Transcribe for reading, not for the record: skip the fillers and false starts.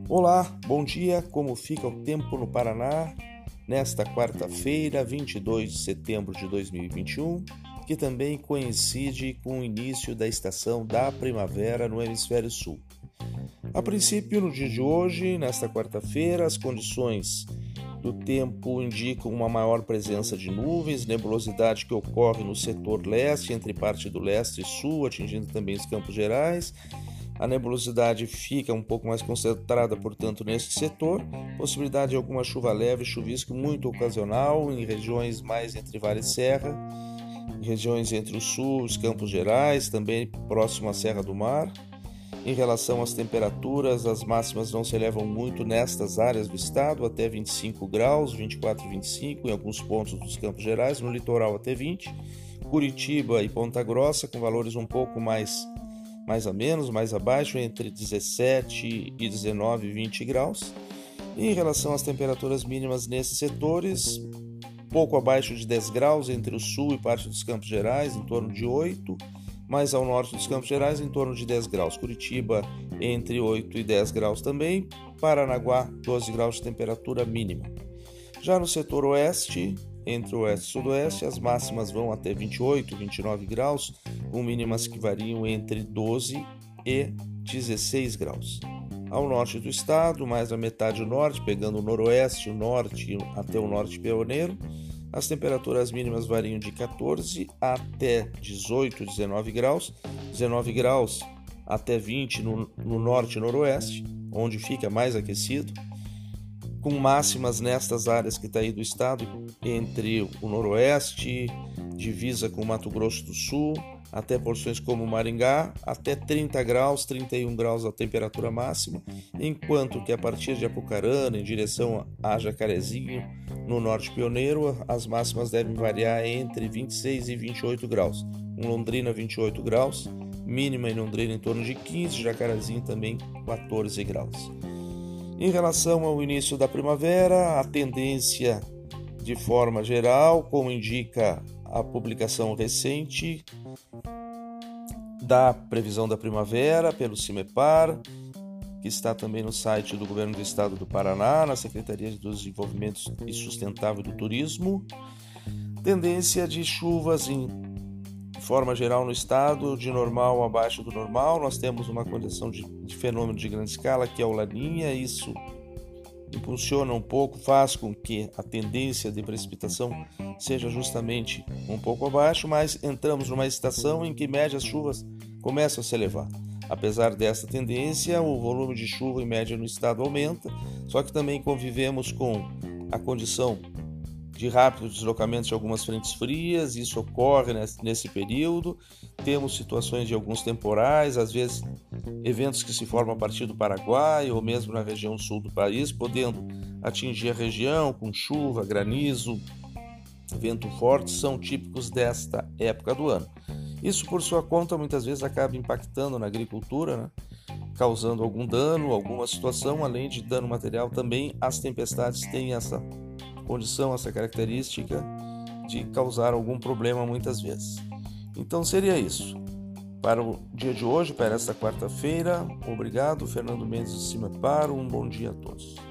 Olá, bom dia. Como fica o tempo no Paraná nesta quarta-feira, 22 de setembro de 2021, que também coincide com o início da estação da primavera no hemisfério sul. A princípio, no dia de hoje, nesta quarta-feira, as condições do tempo indicam uma maior presença de nuvens, nebulosidade que ocorre no setor leste, entre parte do leste e sul, atingindo também os Campos Gerais. A nebulosidade fica um pouco mais concentrada, portanto, neste setor. Possibilidade de alguma chuva leve, chuvisco muito ocasional em regiões mais entre Vale e Serra, regiões entre o sul, os Campos Gerais, também próximo à Serra do Mar. Em relação às temperaturas, as máximas não se elevam muito nestas áreas do estado, até 25 graus, 24 e 25 em alguns pontos dos Campos Gerais, no litoral até 20. Curitiba e Ponta Grossa com valores um pouco mais a menos, mais abaixo, entre 17 e 19 e 20 graus. E em relação às temperaturas mínimas nesses setores, pouco abaixo de 10 graus entre o sul e parte dos Campos Gerais, em torno de 8, mais ao norte dos Campos Gerais, em torno de 10 graus. Curitiba, entre 8 e 10 graus também. Paranaguá, 12 graus de temperatura mínima. Já no setor oeste, entre o oeste e o sudoeste, as máximas vão até 28, 29 graus, com mínimas que variam entre 12 e 16 graus. Ao norte do estado, mais a metade norte, pegando o noroeste, o norte até o norte pioneiro, as temperaturas mínimas variam de 14 até 18, 19 graus, 19 graus até 20 no norte e noroeste, onde fica mais aquecido, com máximas nestas áreas que está aí do estado, entre o noroeste, divisa com o Mato Grosso do Sul, até porções como Maringá, até 30 graus, 31 graus a temperatura máxima, enquanto que a partir de Apucarana, em direção a Jacarezinho, no norte pioneiro, as máximas devem variar entre 26 e 28 graus. Em Londrina, 28 graus, mínima em Londrina em torno de 15, Jacarezinho também 14 graus. Em relação ao início da primavera, a tendência de forma geral, como indica a publicação recente da previsão da primavera pelo CIMEPAR, que está também no site do Governo do Estado do Paraná, na Secretaria de Desenvolvimento e Sustentável do Turismo, tendência de chuvas em forma geral no estado, de normal abaixo do normal. Nós temos uma condição de fenômeno de grande escala, que é o Laninha. Isso impulsiona um pouco, faz com que a tendência de precipitação seja justamente um pouco abaixo, mas entramos numa estação em que médias chuvas começam a se elevar. Apesar dessa tendência, o volume de chuva em média no estado aumenta, só que também convivemos com a condição de rápido deslocamento de algumas frentes frias. Isso ocorre nesse período. Temos situações de alguns temporais, às vezes eventos que se formam a partir do Paraguai ou mesmo na região sul do país, podendo atingir a região com chuva, granizo, vento forte, são típicos desta época do ano. Isso, por sua conta, muitas vezes acaba impactando na agricultura, causando algum dano, alguma situação. Além de dano material, também as tempestades têm essa condição, essa característica de causar algum problema muitas vezes. Então seria isso. Para o dia de hoje, para esta quarta-feira, obrigado, Fernando Mendes de CIMEPAR, um bom dia a todos.